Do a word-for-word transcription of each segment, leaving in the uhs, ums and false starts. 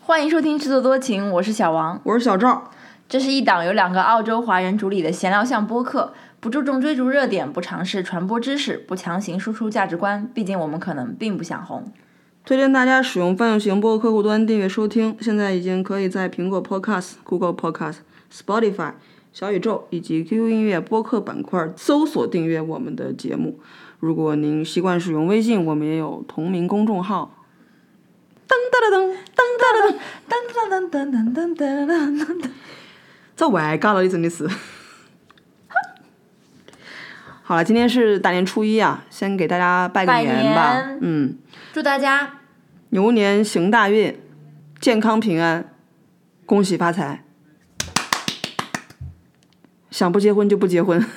欢迎收听制作多情，我是小王， 我是小赵。 这是一档由两个澳洲华人主理的闲聊向播客，不注重追逐热点，不尝试传播知识，不强行输出价值观，毕竟我们可能并不想红。 推荐大家使用泛用型播客客户端订阅收听，现在已经可以在苹果 Podcast、Google Podcast、Spotify、小宇宙以及 Q Q 音乐播客板块搜索订阅我们的节目。如果您习惯使用微信，我们也有同名公众号。噔噔噔噔噔噔噔噔噔噔噔噔噔，这外加了一阵的事。好了，今天是大年初一啊，先给大家拜个年吧。 年嗯， 祝大家牛年行大运，健康平安，恭喜发财。想不结婚就不结婚。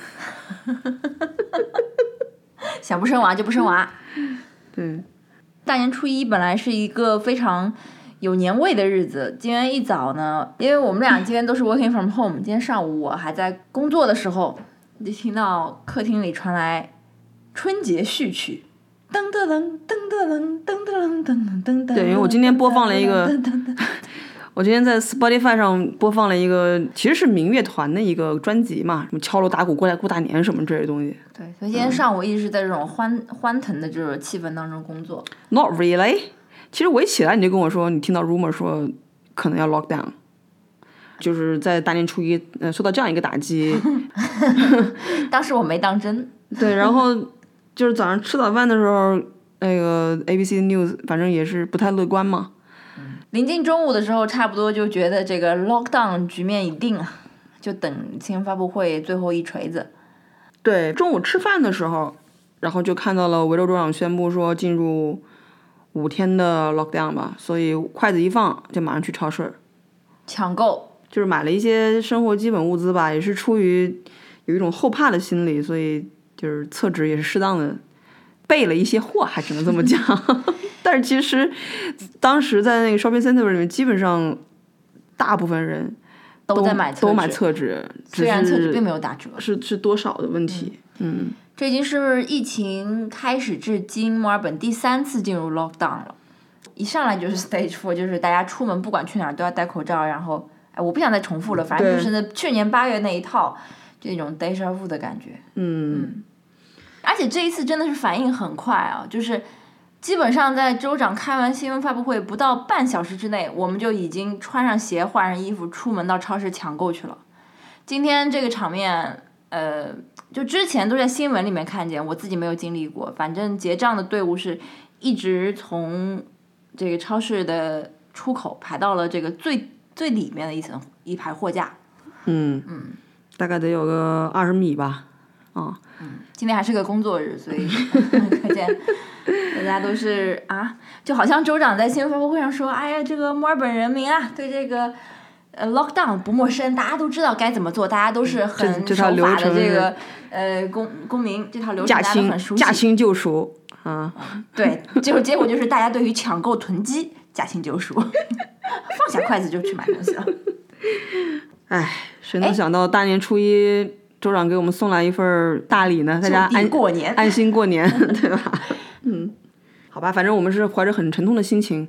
想不生娃就不生娃。 对。 大年初一本来是一个非常有年味的日子，今天一早呢，因为我们俩今天都是 working from home， 今天上午我还在工作的时候，就听到客厅里传来春节序曲，噔噔噔噔噔噔噔噔噔噔噔。 对，因为我今天播放了一个，我今天在 Spotify 上播放了一个，其实是民乐团的一个专辑嘛，什么敲锣打鼓过来过大年什么之类的东西。 对，所以今天上午一直是在这种欢、嗯、欢腾的这种气氛当中工作。 Not really。其实我一起来你就跟我说，你听到 rumor 说可能要 lock down， 就是在大年初一呃受到这样一个打击。 当时我没当真。 对，然后就是早上吃早饭的时候，那个 A B C News 反正也是不太乐观嘛。 临近中午的时候，差不多就觉得这个 lockdown 局面已定啊，就等新闻发布会最后一锤子。 对，中午吃饭的时候，然后就看到了维州州长宣布说进入五天的 lockdown 吧，所以筷子一放就马上去超市抢购， 就是买了一些生活基本物资吧，也是出于有一种后怕的心理，所以就是厕纸也是适当的备了一些货，还只能这么讲。但是其实当时在那个 shopping center 里面，基本上大部分人都都在买厕纸， 都买厕纸， 虽然厕纸并没有打折， 是是多少的问题。嗯，嗯这已经是疫情开始至今墨尔本第三次进入 lockdown 了。一上来就是 stage four， 就是大家出门不管去哪儿都要戴口罩，然后哎，我不想再重复了，反正就是那去年八月那一套，这种 déjà vu 的感觉。 嗯， 嗯而且这一次真的是反应很快啊，就是基本上在州长开完新闻发布会不到半小时之内，我们就已经穿上鞋换上衣服出门到超市抢购去了。今天这个场面呃，就之前都在新闻里面看见，我自己没有经历过，反正结账的队伍是一直从这个超市的出口排到了这个最最里面的一层一排货架。 嗯嗯， 大概得有个二十米吧。啊， 嗯，今天还是个工作日，所以可见大家都是啊，就好像州长在新闻发布会上说，哎呀，这个墨尔本人民啊，对这个呃 lockdown 不陌生，大家都知道该怎么做，大家都是很守法的这个呃公公民，这套流程大家都很熟悉， 驾轻就熟啊。 对，结果结果就是大家对于抢购囤积驾轻就熟，放下筷子就去买东西了。 哎，谁能想到大年初一州长给我们送来一份大礼呢？大家安过年安心过年，对吧？嗯，好吧，反正我们是怀着很沉痛的心情，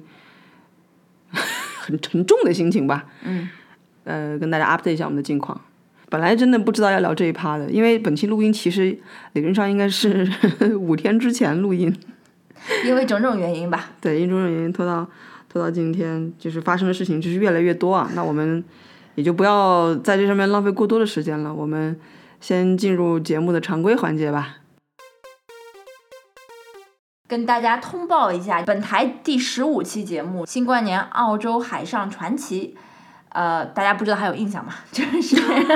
很沉重的心情吧。 嗯， 呃，跟大家 update 一下我们的近况。本来真的不知道要聊这一趴的，因为本期录音其实理论上应该是五天之前录音， 因为种种原因吧。 对，因种种原因拖到拖到今天，就是发生的事情就是越来越多啊。那我们也就不要在这上面浪费过多的时间了，我们先进入节目的常规环节吧。 跟大家通报一下，本台第十五期节目《新冠年澳洲海上传奇》，呃，大家不知道还有印象吗？就是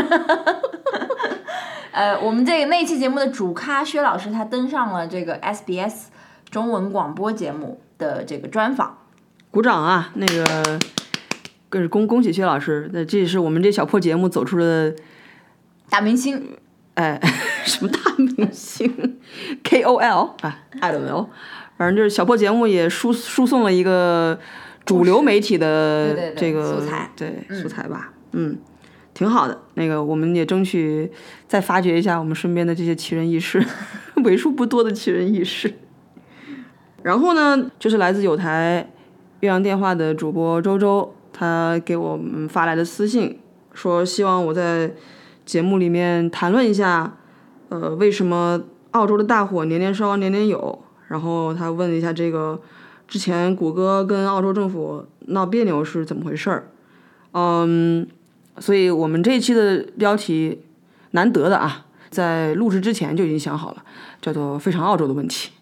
呃，我们这个那一期节目的主咖薛老师，他登上了这个 S B S 中文广播节目的这个专访， 鼓掌啊！那个，更是恭恭喜薛老师，那这也是我们这小破节目走出了大明星。 哎，什么大明星 K O L 啊 I don't know， 反正就是小破节目也输输送了一个主流媒体的这个素材， 对素材吧，嗯，挺好的。那个我们也争取再发掘一下我们身边的这些奇人异事，为数不多的奇人异事。然后呢，就是来自有台岳阳电话的主播周周，他给我们发来的私信，说希望我在节目里面谈论一下，呃，为什么澳洲的大火年年烧年年有。然后他问了一下这个之前谷歌跟澳洲政府闹别扭是怎么回事儿。嗯，所以我们这一期的标题难得的啊，在录制之前就已经想好了，叫做非常澳洲的问题。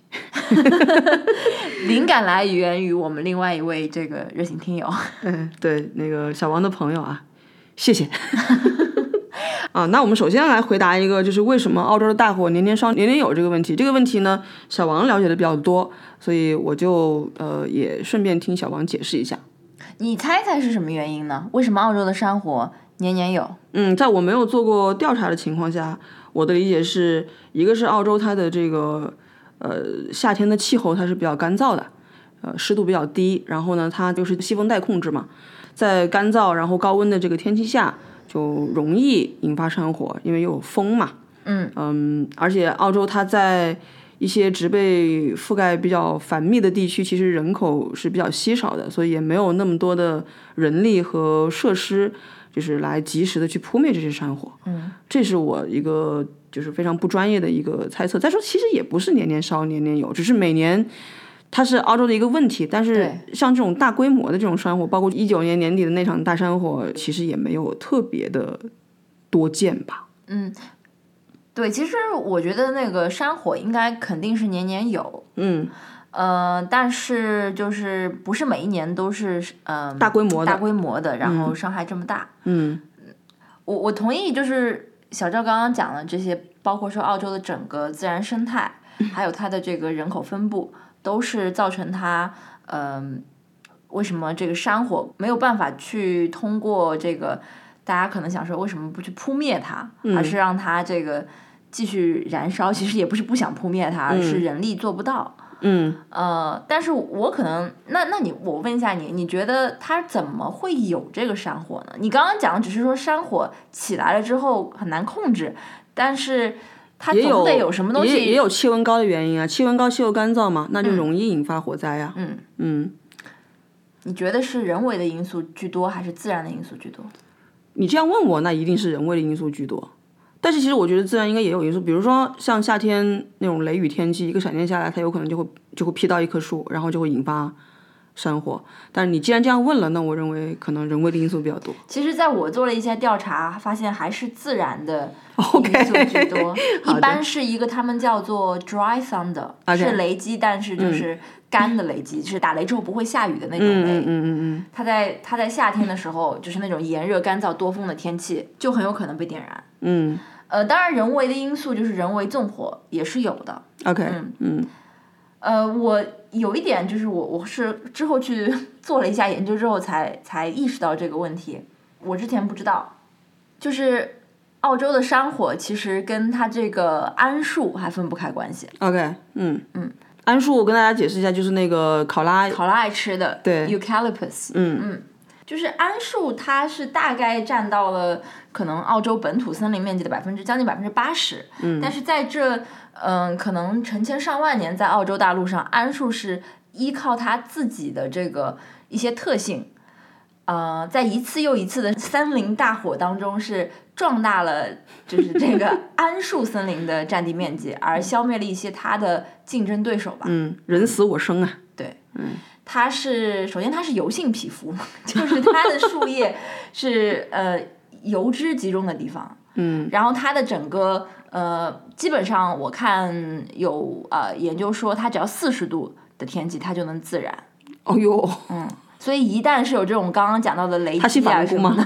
灵感来源于我们另外一位这个热心听友。 嗯，对，那个小王的朋友啊，谢谢。啊，那我们首先来回答一个，就是为什么澳洲的大火年年烧年年有这个问题。这个问题呢，小王了解的比较多，所以我就呃也顺便听小王解释一下。 你猜猜是什么原因呢？为什么澳洲的山火年年有？ 嗯，在我没有做过调查的情况下，我的理解是一个是澳洲它的这个呃夏天的气候它是比较干燥的，呃湿度比较低，然后呢它就是西风带控制嘛，在干燥然后高温的这个天气下就容易引发山火，因为又有风嘛。 嗯嗯，而且澳洲它在一些植被覆盖比较繁密的地区，其实人口是比较稀少的，所以也没有那么多的人力和设施，就是来及时的去扑灭这些山火。 嗯， 这是我一个就是非常不专业的一个猜测。再说，其实也不是年年烧年年有，只是每年它是澳洲的一个问题。但是像这种大规模的这种山火，包括一九年年底的那场大山火，其实也没有特别的多见吧。 嗯。对，其实我觉得那个山火应该肯定是年年有， 嗯， 呃，但是就是不是每一年都是嗯、呃、 大规模的大规模的，然后伤害这么大。 嗯， 我我同意，就是小赵刚刚讲的这些，包括说澳洲的整个自然生态，还有它的这个人口分布，都是造成它嗯、呃、为什么这个山火没有办法去通过这个。大家可能想说，为什么不去扑灭它， 嗯、 而是让它这个继续燃烧？其实也不是不想扑灭它，而是人力做不到。 嗯， 呃，但是我可能，那那你我问一下你，你觉得它怎么会有这个山火呢？你刚刚讲的只是说山火起来了之后很难控制，但是它总得有什么东西， 也也有气温高的原因啊，气温高气候干燥嘛，那就容易引发火灾呀、啊。 嗯嗯， 你觉得是人为的因素居多，还是自然的因素居多？ 你这样问我，那一定是人为的因素居多。但是其实我觉得自然应该也有因素，比如说像夏天那种雷雨天气，一个闪电下来，它有可能就会就会劈到一棵树，然后就会引发山火。但是你既然这样问了，那我认为可能人为的因素比较多。 其实在我做了一些调查，发现还是自然的因素居多。 Okay 一般是一个他们叫做 dry thunder， okay 是雷击，但是就是干的雷击，嗯、是打雷之后不会下雨的那种雷。 嗯嗯嗯嗯。 它在它在夏天的时候，就是那种炎热、干燥、多风的天气，就很有可能被点燃。 嗯。 呃，当然人为的因素就是人为纵火也是有的。 OK。 嗯嗯。 呃，我有一点就是我我是之后去做了一下研究之后才才意识到这个问题，我之前不知道，就是澳洲的山火其实跟它这个桉树还分不开关系。 OK。嗯嗯， 桉树我跟大家解释一下，就是那个考拉考拉爱吃的， 对 Eucalyptus。 嗯嗯，就是桉树它是大概占到了可能澳洲本土森林面积的百分之将近百分之八十， 嗯， 但是在这嗯、呃、可能成千上万年在澳洲大陆上，桉树是依靠它自己的这个一些特性，呃，在一次又一次的森林大火当中是壮大了就是这个桉树森林的占地面积，而消灭了一些它的竞争对手吧。 嗯，人死我生啊。 对， 嗯， 它是首先它是油性皮肤，就是它的树叶是呃油脂集中的地方。 嗯， 然后它的整个呃，基本上我看有呃研究说，它只要四十度的天气，它就能自燃。 哦哟， 嗯，所以一旦是有这种刚刚讲到的雷击啊什么的，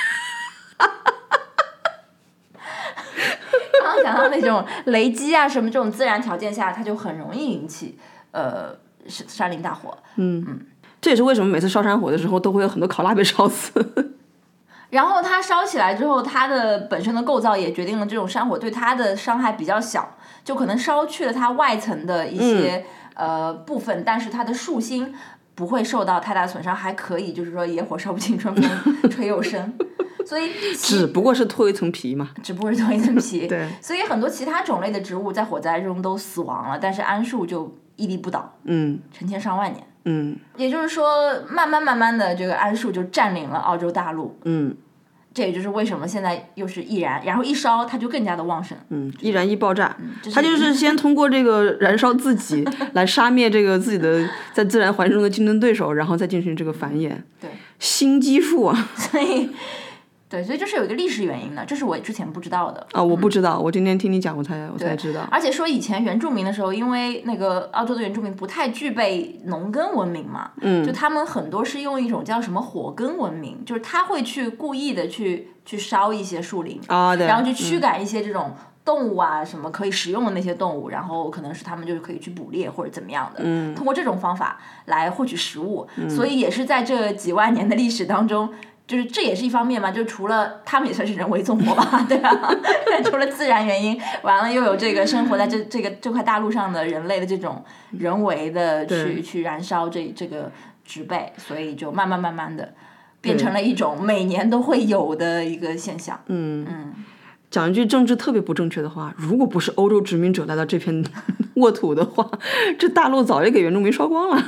刚刚讲到那种雷击啊什么这种自然条件下，它就很容易引起呃山林大火。 嗯嗯，这也是为什么每次烧山火的时候都会有很多考拉被烧死。 然后它烧起来之后，它的本身的构造也决定了这种山火对它的伤害比较小，就可能烧去了它外层的一些、嗯、呃部分，但是它的树心不会受到太大损伤，还可以就是说野火烧不尽，春风吹又生。所以只不过是脱一层皮嘛， 只不过是脱一层皮。 对， 所以很多其他种类的植物在火灾中都死亡了，但是桉树就屹立不倒， 嗯， 成千上万年。 嗯， 也就是说，慢慢慢慢的，这个桉树就占领了澳洲大陆。 嗯， 这也就是为什么现在又是易燃，然后一烧它就更加的旺盛。 嗯，易燃易爆炸， 嗯、 它就是先通过这个燃烧自己来杀灭这个自己的在自然环境中的竞争对手，然后再进行这个繁衍。 对， 新基数啊。 所以。对，所以这是有一个历史原因的，这是我之前不知道的啊、哦，我不知道、嗯，我今天听你讲，我才我才知道。 而且说以前原住民的时候，因为那个澳洲的原住民不太具备农耕文明嘛， 嗯， 就他们很多是用一种叫什么火耕文明，就是他会去故意的去去烧一些树林啊，对， 然后去驱赶一些这种动物啊、嗯，什么可以食用的那些动物，然后可能是他们就是可以去捕猎或者怎么样的， 嗯， 通过这种方法来获取食物， 嗯、 所以也是在这几万年的历史当中。就是这也是一方面嘛，就除了他们也算是人为纵火吧，对吧？除了自然原因，完了又有这个生活在这这个这块大陆上的人类的这种人为的去去燃烧这这个植被，所以就慢慢慢慢的变成了一种每年都会有的一个现象。 嗯嗯， 讲一句政治特别不正确的话，如果不是欧洲殖民者来到这片沃土的话，这大陆早就给原住民烧光了。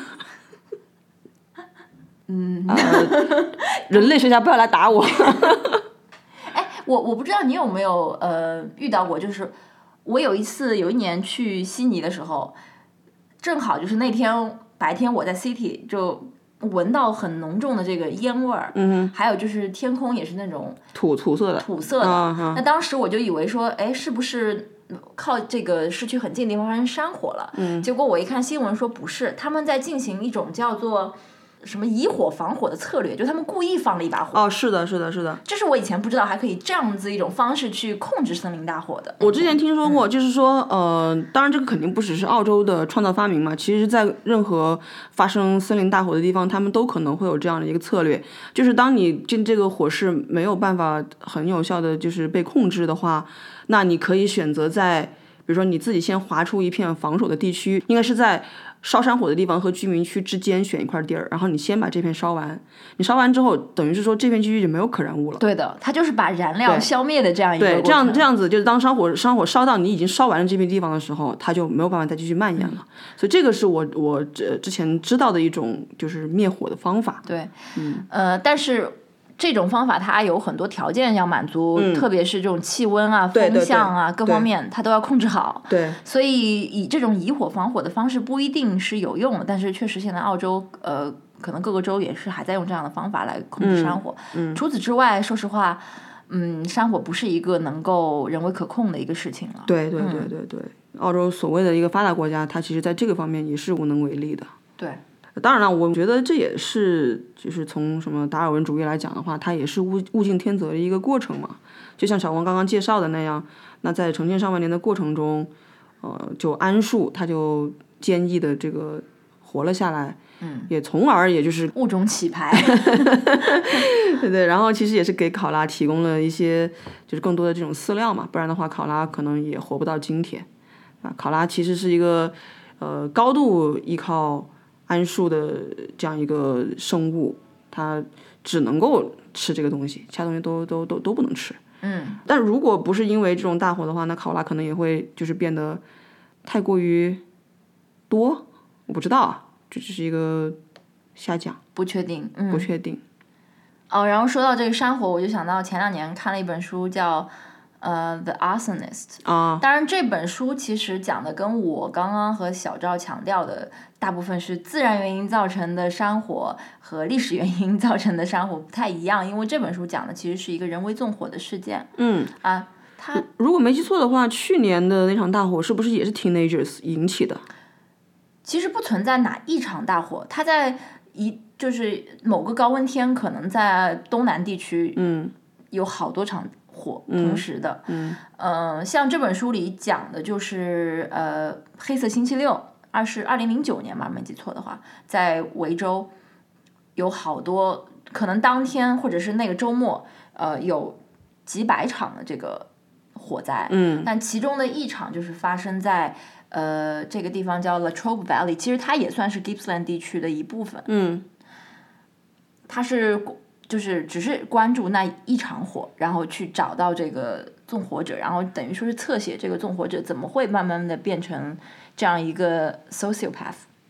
嗯、 呃，人类学家不要来打我。 哎，我我不知道你有没有呃遇到过，就是我有一次有一年去悉尼的时候，正好就是那天白天我在 City 就闻到很浓重的这个烟味儿， 嗯， 还有就是天空也是那种土土色的， 土色的。 啊、 那当时我就以为说，哎，是不是靠这个市区很近的地方发生山火了？ 嗯， 结果我一看新闻说不是，他们在进行一种叫做什么以火防火的策略，就他们故意放了一把火。 哦，是的，是的，是的。 这是我以前不知道还可以这样子一种方式去控制森林大火的。 我之前听说过， 嗯、 就是说，呃，当然这个肯定不只是澳洲的创造发明嘛，其实在任何发生森林大火的地方，他们都可能会有这样的一个策略，就是当你进这个火势没有办法很有效的就是被控制的话，那你可以选择在，比如说你自己先划出一片防守的地区，应该是在烧山火的地方和居民区之间选一块地儿，然后你先把这片烧完，你烧完之后等于是说这片地区就没有可燃物了。 对的，它就是把燃料消灭的这样一个过程。 对，这样这样子就是当山火山火烧到你已经烧完了这片地方的时候，它就没有办法再继续蔓延了。嗯、所以这个是我我之之前知道的一种就是灭火的方法。 对， 嗯， 呃，但是这种方法它有很多条件要满足， 嗯、 特别是这种气温啊、 对风向啊对对各方面，它都要控制好。 对， 所以以这种以火防火的方式不一定是有用的，但是确实现在澳洲呃，可能各个州也是还在用这样的方法来控制山火。 嗯嗯、 除此之外，说实话，嗯，山火不是一个能够人为可控的一个事情了。 对对对对对，嗯、澳洲所谓的一个发达国家，它其实在这个方面也是无能为力的。 对。 当然了，我觉得这也是就是从什么达尔文主义来讲的话，它也是物物竞天择的一个过程嘛。就像小王刚刚介绍的那样，那在成千上万年的过程中，呃，就桉树它就坚毅的这个活了下来， 嗯， 也从而也就是物种起牌， 对对，然后其实也是给考拉提供了一些就是更多的这种饲料嘛，不然的话考拉可能也活不到今天啊。考拉其实是一个呃高度依靠桉树的这样一个生物，它只能够吃这个东西，其他东西都都都都不能吃。 嗯， 但如果不是因为这种大火的话，那考拉可能也会就是变得太过于多，我不知道啊，这只是一个瞎讲， 不确定，嗯， 不确定。 哦，然后说到这个山火，我就想到前两年看了一本书叫呃《The Arsonist》 啊， 当然这本书其实讲的跟我刚刚和小赵强调的大部分是自然原因造成的山火和历史原因造成的山火不太一样，因为这本书讲的其实是一个人为纵火的事件。 嗯啊，它如果没记错的话，去年的那场大火是不是也是 teenagers 引起的？ 其实不存在哪一场大火，它在一就是某个高温天，可能在东南地区， 嗯， 有好多场火同时的， 嗯， 呃，像这本书里讲的就是呃黑色星期六，二是二零零九年吧，没记错的话，在维州有好多，可能当天或者是那个周末，呃，有几百场的这个火灾， 嗯， 但其中的一场就是发生在呃这个地方叫 Latrobe Valley， 其实它也算是 Gippsland 地区的一部分， 嗯， 它是就是只是关注那一场火，然后去找到这个纵火者，然后等于说是侧写这个纵火者怎么会慢慢的变成这样一个 sociopath。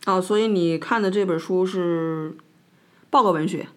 哦，所以你看的这本书是报告文学。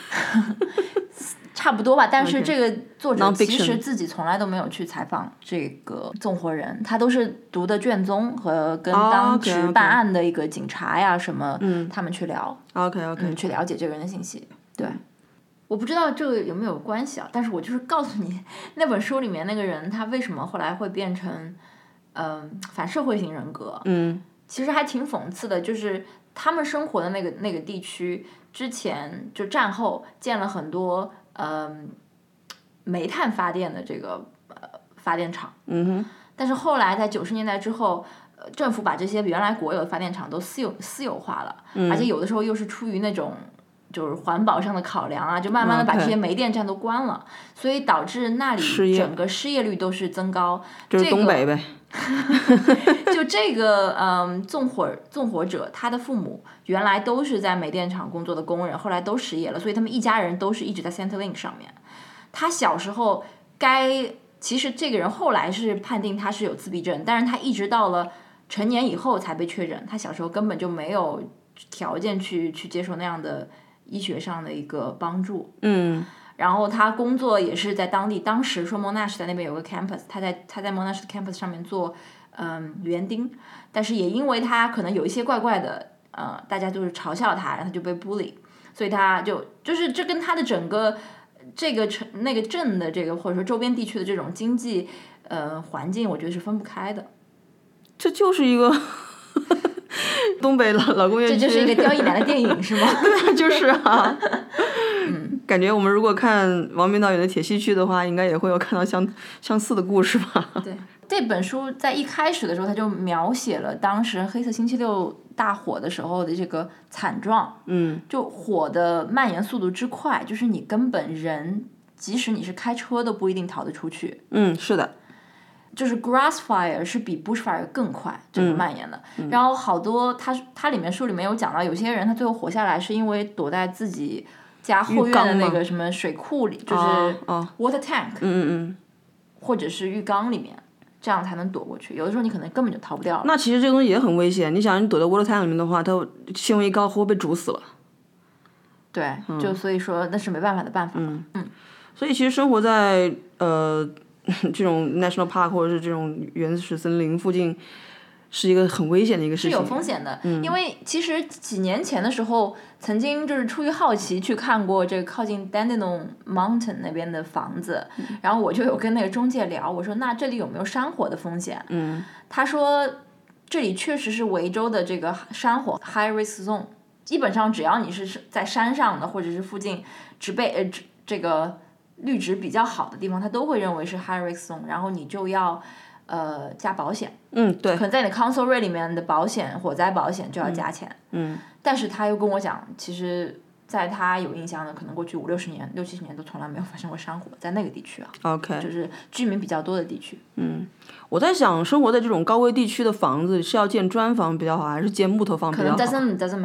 差不多吧，但是 Okay. 这个作者 Non-fiction 其实自己从来都没有去采访这个纵火人，他都是读的卷宗和跟当时 okay, okay. 办案的一个警察呀什么，他们去聊 OK OK、 嗯、去了解这个人的信息。对，我不知道这个有没有关系啊，但是我就是告诉你，那本书里面那个人他为什么后来会变成嗯、呃、反社会型人格， 嗯， 其实还挺讽刺的，就是他们生活的那个那个地区之前就战后建了很多嗯，煤炭发电的这个呃发电厂， 嗯哼， 但是后来在九十年代之后，呃，政府把这些原来国有的发电厂都私有私有化了， 嗯、 而且有的时候又是出于那种就是环保上的考量啊，就慢慢的把这些煤电站都关了， okay. 所以导致那里整个失业率都是增高。 就是东北呗。 就这个嗯，纵火纵火者，他的父母原来都是在煤电厂工作的工人，后来都失业了，所以他们一家人都是一直在 Centrelink 上面。他小时候该其实这个人后来是判定他是有自闭症，但是他一直到了成年以后才被确诊，他小时候根本就没有条件去去接受那样的医学上的一个帮助。 嗯。 然后他工作也是在当地，当时说 Monash 在那边有个 campus， 他在他在 Monash 的 campus 上面做嗯园丁，但是也因为他可能有一些怪怪的，呃，大家就是嘲笑他，然后他就被 bully， 所以他就就是这跟他的整个这个城那个镇的这个或者说周边地区的这种经济呃环境，我觉得是分不开的。 这就是一个东北老老工业区， 这就是一个刁亦男的电影是吗？ 对，就是啊。嗯，感觉我们如果看王明导演的《铁西区》的话，应该也会有看到相相似的故事吧。 对，这本书在一开始的时候，他就描写了当时黑色星期六大火的时候的这个惨状。 嗯， 就火的蔓延速度之快，就是你根本人，即使你是开车都不一定逃得出去。 嗯，是的。 就是 grass fire 是比 bush fire 更快这个蔓延的、嗯嗯、然后好多他他里面书里面有讲到，有些人他最后活下来是因为躲在自己家后院的那个什么水库里，就是 water tank， 嗯嗯嗯， 或者是浴缸里面，这样才能躲过去。有的时候你可能根本就逃不掉了。 那其实这个东西也很危险，你想你躲在 water tank 里面的话，它气温一高会被煮死了。 对、嗯、就所以说那是没办法的办法。 嗯嗯， 所以其实生活在呃这种 national park 或者是这种原始森林附近是一个很危险的一个事情， 是有风险的、 嗯、 因为其实几年前的时候曾经就是出于好奇去看过这个靠近 Dandenong Mountain 那边的房子、嗯、然后我就有跟那个中介聊，我说那这里有没有山火的风险、 嗯、 他说这里确实是维州的这个山火 high risk zone， 基本上只要你是在山上的或者是附近植被呃这个绿植比较好的地方，他都会认为是 high risk zone， 然后你就要呃加保险。 嗯，对。 可能在你的 council rate 里面的保险，火灾保险就要加钱。 嗯。 但是他又跟我讲，其实在他有印象的，可能过去五六十年、六七十年都从来没有发生过山火，在那个地区啊。 OK。 就是居民比较多的地区。 嗯，我在想，生活在这种高危地区的房子是要建砖房比较好，还是建木头房比较好？ 可能 doesn't doesn't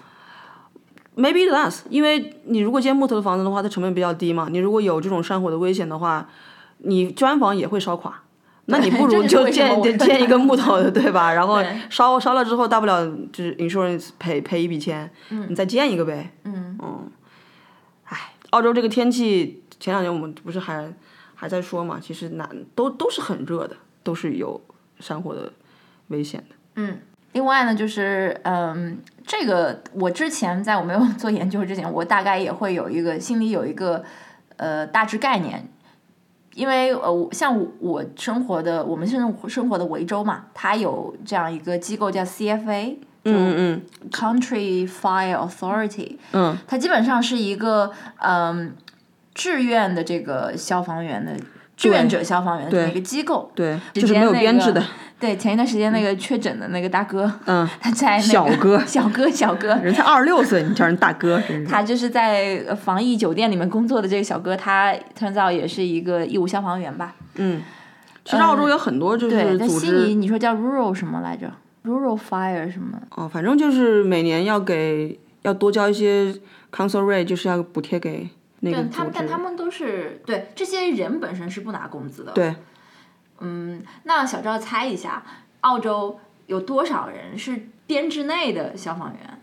matter。Maybe it does， 因为你如果建木头的房子的话，它成本比较低嘛。你如果有这种山火的危险的话，你砖房也会烧垮，那你不如就建建一个木头的，对吧？然后烧烧了之后，大不了就是 insurance 赔赔一笔钱、 嗯， 你再建一个呗。 嗯嗯，哎，澳洲这个天气，前两年我们不是还还在说嘛，其实南都都是很热的，都是有山火的危险的。 嗯。另外呢，就是嗯，这个我之前在我没有做研究之前，我大概也会有一个心里有一个呃大致概念，因为呃像我生活的我们生生活的维州嘛，它有这样一个机构叫 C F A， 嗯嗯 Country Fire Authority， 嗯， 它基本上是一个嗯志愿的这个消防员的志愿者消防员的这么一个机构， 对，就是没有编制的。 对，前一段时间那个确诊的那个大哥， 嗯， 他在、那个、 小哥， 小哥，小哥， 人才二十六岁，你叫人大哥，真是。 他就是在防疫酒店里面工作的这个小哥，他 turns out 也是一个义务消防员吧？ 嗯，其实澳洲有很多就是组织， 嗯、对，在悉尼你说叫 rural 什么来着 ？rural fire 什么？ 哦，反正就是每年要给要多交一些 council rate， 就是要补贴给那个组织。 对，他们但他们都是对这些人本身是不拿工资的。 对。 嗯，那小赵猜一下，澳洲有多少人是编制内的消防员。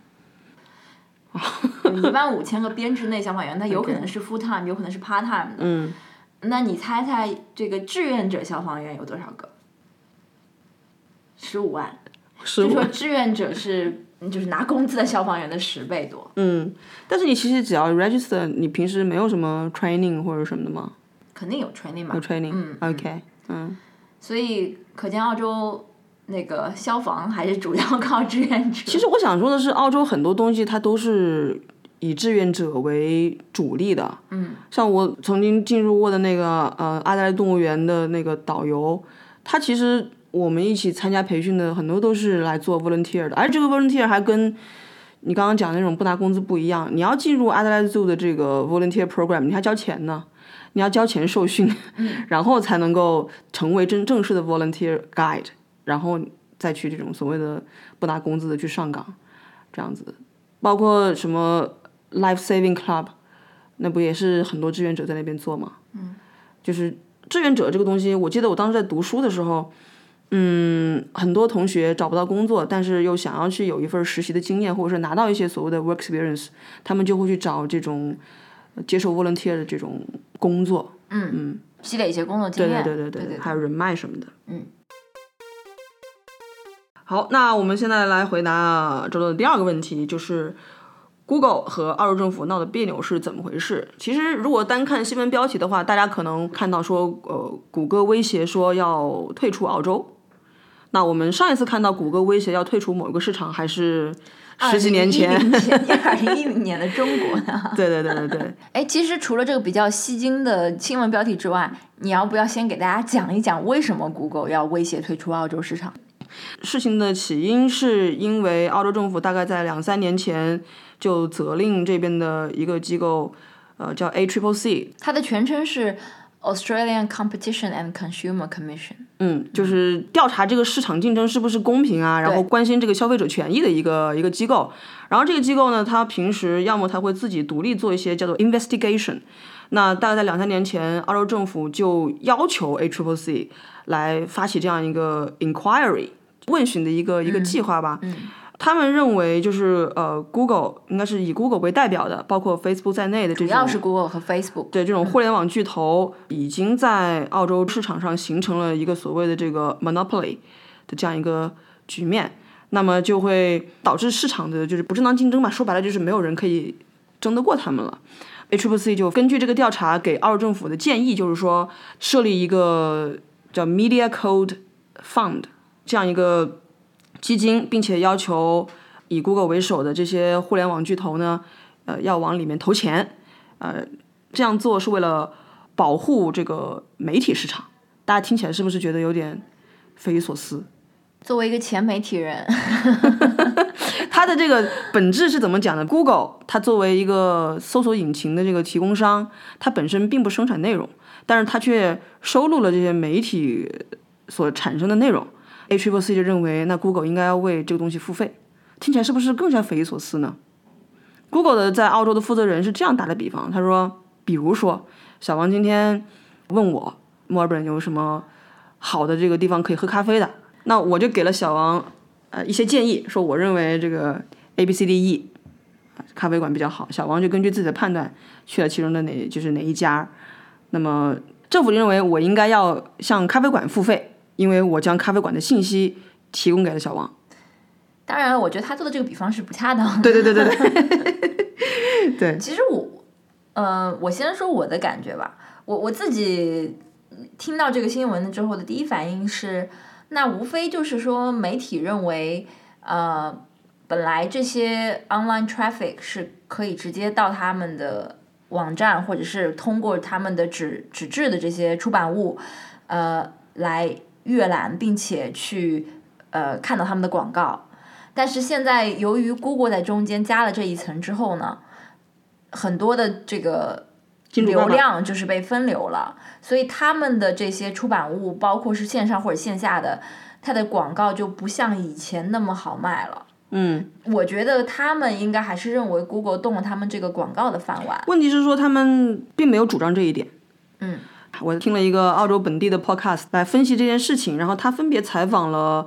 一万五千个编制内消防员，他有可能是 full time， 有可能是 part time 的。 嗯， 那你猜猜这个志愿者消防员有多少个？十五万。就说志愿者是就是拿工资的消防员的十倍多。 嗯，但是你其实只要 register， 你平时没有什么 training 或者什么的吗？ 肯定有 training 嘛。 有 training。 嗯 OK。嗯。 所以可见澳洲。那个消防还是主要靠志愿者。 其实我想说的是，澳洲很多东西它都是以志愿者为主力的。 嗯， 像我曾经进入过的那个呃阿德莱动物园的那个导游，他其实我们一起参加培训的很多都是来做 volunteer 的，而这个 volunteer 还跟你刚刚讲的那种不拿工资不一样。你要进入阿德莱 Zoo 的这个 volunteer program， 你还交钱呢，你要交钱受训， 嗯、 然后才能够成为真正式的 volunteer guide。然后再去这种所谓的不拿工资的去上岗，这样子，包括什么 Life Saving Club， 那不也是很多志愿者在那边做吗？ 嗯， 就是志愿者这个东西，我记得我当时在读书的时候，嗯，很多同学找不到工作，但是又想要去有一份实习的经验，或者是拿到一些所谓的 work experience， 他们就会去找这种接受 volunteer 的这种工作。 嗯嗯，积累一些工作经验。 对对对对对, 对, 对， 还有人脉什么的。 嗯。 好，那我们现在来回答周周的第二个问题，就是 Google 和澳洲政府闹的别扭是怎么回事？其实如果单看新闻标题的话，大家可能看到说，呃，谷歌威胁说要退出澳洲。那我们上一次看到谷歌威胁要退出某个市场，还是十几年前， 二零一零年的中国呢？ 对对对对对。 哎，其实除了这个比较吸睛的新闻标题之外，你要不要先给大家讲一讲为什么 Google 要威胁退出澳洲市场？ 事情的起因是因为澳洲政府大概在两三年前就责令这边的一个机构，呃，叫 A C C C， 它的全称是 Australian Competition and Consumer Commission。 嗯，就是调查这个市场竞争是不是公平啊，然后关心这个消费者权益的一个一个机构。然后这个机构呢，它平时要么它会自己独立做一些叫做 investigation。那大概在两三年前，澳洲政府就要求 A C C C 来发起这样一个 inquiry。问询的一个一个计划吧， 嗯嗯、 他们认为就是呃 ，Google 应该是以 Google 为代表的，包括 Facebook 在内的这种， 主要是 Google 和 Facebook， 对这种互联网巨头，已经在澳洲市场上形成了一个所谓的这个 monopoly 的这样一个局面，那么就会导致市场的就是不正当竞争吧，说白了就是没有人可以争得过他们了。A C C C 就根据这个调查给澳洲政府的建议，就是说设立一个叫 Media Code Fund。这样一个基金，并且要求以 Google 为首的这些互联网巨头呢，呃，要往里面投钱，呃，这样做是为了保护这个媒体市场。大家听起来是不是觉得有点匪夷所思？ 作为一个前媒体人， 它的这个本质是怎么讲的 ？Google 它作为一个搜索引擎的这个提供商，它本身并不生产内容，但是它却收录了这些媒体所产生的内容。A C C C 就认为，那 Google 应该要为这个东西付费，听起来是不是更加匪夷所思呢 ？Google 的在澳洲的负责人是这样打的比方，他说，比如说，小王今天问我墨尔本有什么好的这个地方可以喝咖啡的，那我就给了小王呃一些建议，说我认为这个 A B C D E 咖啡馆比较好，小王就根据自己的判断去了其中的哪就是哪一家，那么政府认为我应该要向咖啡馆付费。因为我将咖啡馆的信息提供给了小王。 当然了，我觉得他做的这个比方是不恰当的。 对对对对对。对。 其实我，呃，我先说我的感觉吧。我我自己听到这个新闻之后的第一反应是，那无非就是说媒体认为，呃，本来这些 online traffic 是可以直接到他们的网站，或者是通过他们的纸纸质的这些出版物，呃，来阅览并且去呃看到他们的广告，但是现在由于 Google 在中间加了这一层之后呢，很多的这个流量就是被分流了，所以他们的这些出版物，包括是线上或者线下的，它的广告就不像以前那么好卖了。 嗯， 我觉得他们应该还是认为 Google 动了他们这个广告的饭碗。 问题是说他们并没有主张这一点。 嗯。 我听了一个澳洲本地的 podcast 来分析这件事情，然后他分别采访了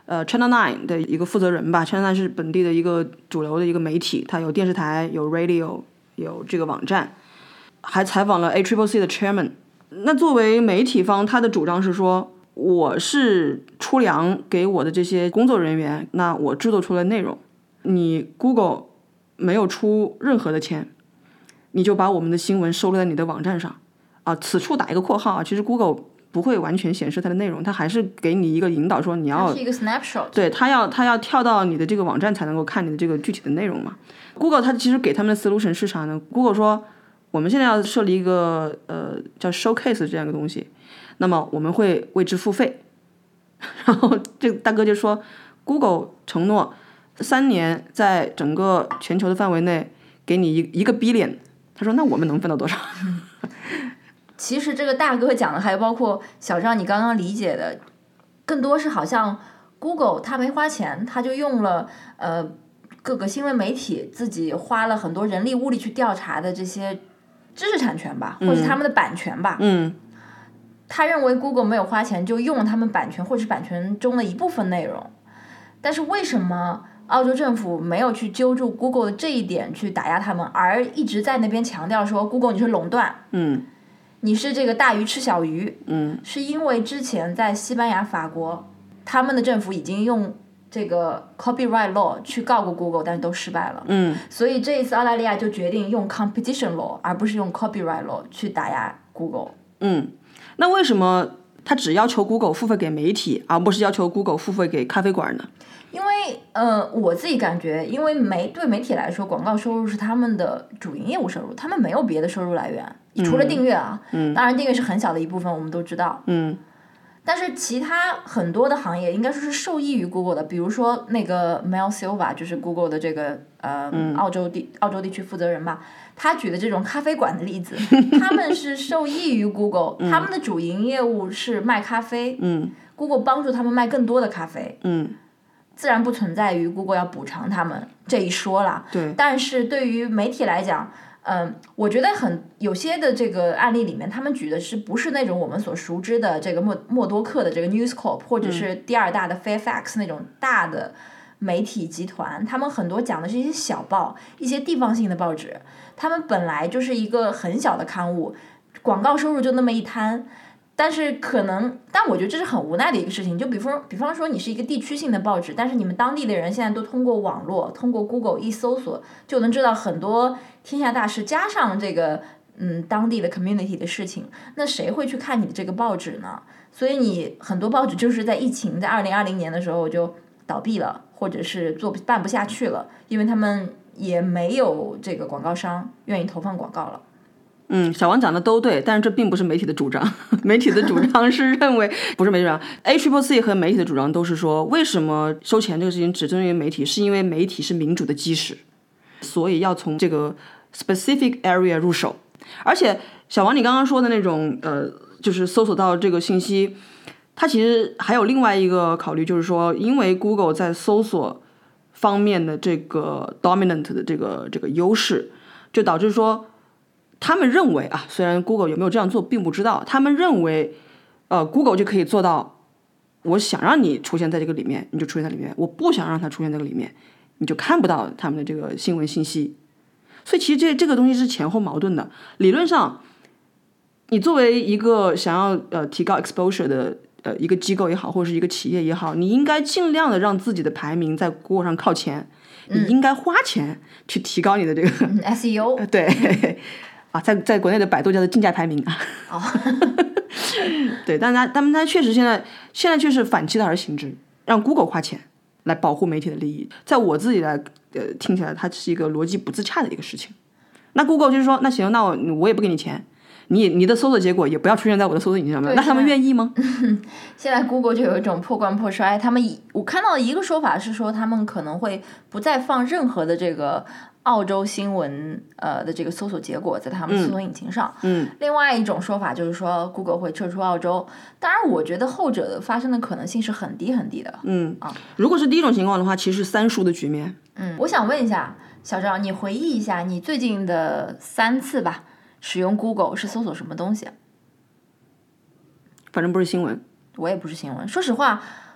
呃 Channel Nine 的一个负责人吧 ，Channel Nine 是本地的一个主流的一个媒体，它有电视台，有 radio， 有这个网站，还采访了 A C C C 的 Chairman。那作为媒体方，他的主张是说，我是出粮给我的这些工作人员，那我制作出来内容，你 Google 没有出任何的钱，你就把我们的新闻收录在你的网站上啊。此处打一个括号啊，其实 Google 不会完全显示它的内容，它还是给你一个引导，说你要它是一个 snapshot， 对，它要它要跳到你的这个网站才能够看你的这个具体的内容嘛。Google 它其实给他们的 solution 是啥呢 ？Google 说，我们现在要设立一个呃叫 showcase 这样一个东西，那么我们会为之付费。然后这个大哥就说 ，Google 承诺三年在整个全球的范围内给你一一个 billion。他说，那我们能分到多少？ 其实这个大哥讲的还包括小赵你刚刚理解的，更多是好像 Google 他没花钱，他就用了呃各个新闻媒体自己花了很多人力物力去调查的这些知识产权吧，或者是他们的版权吧。 嗯， 他认为 Google 没有花钱就用他们版权或者是版权中的一部分内容，但是为什么澳洲政府没有去揪住 Google 的这一点去打压他们，而一直在那边强调说 Google 你是垄断， 嗯， 你是这个大鱼吃小鱼， 嗯， 是因为之前在西班牙、法国，他们的政府已经用这个 copyright law 去告过 Google， 但是都失败了， 嗯， 所以这一次澳大利亚就决定用 competition law 而不是用 copyright law 去打压 Google。 嗯，那为什么他只要求 Google 付费给媒体，而不是要求 Google 付费给咖啡馆呢？ 因为呃，我自己感觉，因为媒对媒体来说，广告收入是他们的主营业务收入，他们没有别的收入来源，除了订阅啊， 嗯， 当然订阅是很小的一部分，我们都知道， 嗯， 但是其他很多的行业应该说是受益于 Google 的，比如说那个 Mel Silva 就是 Google 的这个呃、 嗯、 澳洲地澳洲地区负责人吧，他举的这种咖啡馆的例子，他们是受益于 Google，、嗯、他们的主营业务是卖咖啡， 嗯 ，Google 帮助他们卖更多的咖啡， 嗯。 自然不存在于 Google 要补偿他们这一说啦。 对。 但是对于媒体来讲，嗯，我觉得很有些的这个案例里面，他们举的是不是那种我们所熟知的这个默默多克的这个 News Corp， 或者是第二大的 Fairfax 那种大的媒体集团，他们很多讲的是一些小报，一些地方性的报纸，他们本来就是一个很小的刊物，广告收入就那么一摊。但是可能，但我觉得这是很无奈的一个事情。就比方，比方说你是一个地区性的报纸，但是你们当地的人现在都通过网络，通过 Google 一搜索，就能知道很多天下大事，加上这个嗯当地的 community 的事情，那谁会去看你的这个报纸呢？所以你很多报纸就是在疫情在二零二零年的时候就倒闭了，或者是做办不下去了，因为他们也没有这个广告商愿意投放广告了。 嗯，小王讲的都对，但是这并不是媒体的主张。媒体的主张是认为，不是媒体主张 ，A C C C 和媒体的主张都是说，为什么收钱这个事情只针对于媒体，是因为媒体是民主的基石，所以要从这个 specific area 入手。而且小王你刚刚说的那种呃，就是搜索到这个信息，它其实还有另外一个考虑，就是说，因为 Google 在搜索方面的这个 dominant 的这个这个优势，就导致说。他们认为啊，虽然 Google 有没有这样做并不知道，他们认为，呃 ，Google 就可以做到，我想让你出现在这个里面，你就出现在里面；我不想让它出现在这个里面，你就看不到他们的这个新闻信息。所以其实这这个东西是前后矛盾的。理论上，你作为一个想要呃提高 exposure 的呃一个机构也好，或者是一个企业也好，你应该尽量的让自己的排名在 Google 上靠前，你应该花钱去提高你的这个、 嗯、S E O。 对。啊，在在国内的百度叫做竞价排名啊。 哦， 对，但他他们他确实现在现在就是反其道而行之，让 Google 花钱来保护媒体的利益。在我自己来呃听起来，它是一个逻辑不自洽的一个事情。那 Google 就是说，那行，那我我也不给你钱，你你的搜索结果也不要出现在我的搜索引擎上面，那他们愿意吗？ 现在 Google 就有一种破罐破摔，他们我看到的一个说法是说，他们可能会不再放任何的这个。澳洲新闻呃的这个搜索结果在他们搜索引擎上， 嗯， 另外一种说法就是说 Google 会撤出澳洲，当然我觉得后者的发生的可能性是很低很低的， 嗯啊， 如果是第一种情况的话，其实是三输的局面。 嗯，我想问一下小赵，你回忆一下你最近的三次吧，使用 Google 是搜索什么东西？ 反正不是新闻。 我也不是新闻，说实话。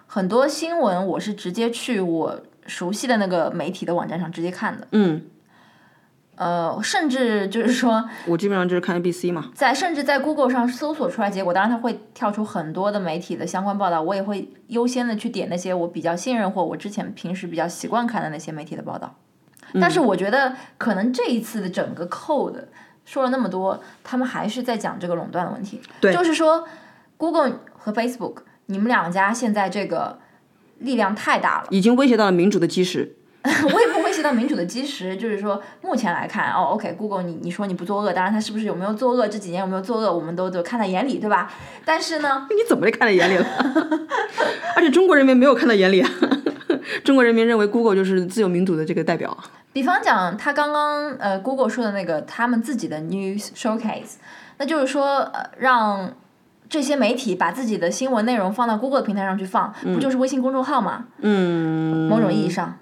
很多新闻我是直接去我熟悉的那个媒体的网站上直接看的。 嗯。 呃，甚至就是说， 我基本上就是看 A B C 嘛， 在甚至在 Google 上搜索出来结果，当然它会跳出很多的媒体的相关报道，我也会优先的去点那些我比较信任或我之前平时比较习惯看的那些媒体的报道。但是我觉得可能这一次的整个 code 说了那么多，他们还是在讲这个垄断的问题。 对， 就是说 Google 和 Facebook 你们两家现在这个力量太大了， 已经威胁到了民主的基石。 我也不威胁到民主的基石，就是说目前来看，哦 ，OK，Google 你你说你不作恶，当然他是不是有没有作恶，这几年有没有作恶，我们都都看在眼里，对吧？但是呢， 你怎么就看在眼里了？而且中国人民没有看在眼里啊，中国人民认为 Google 就是自由民主的这个代表。 比方讲，他刚刚呃 Google 说的那个他们自己的 News Showcase， 那就是说呃让这些媒体把自己的新闻内容放到 Google 的平台上去放， 嗯、 不就是微信公众号吗？ 嗯， 某种意义上。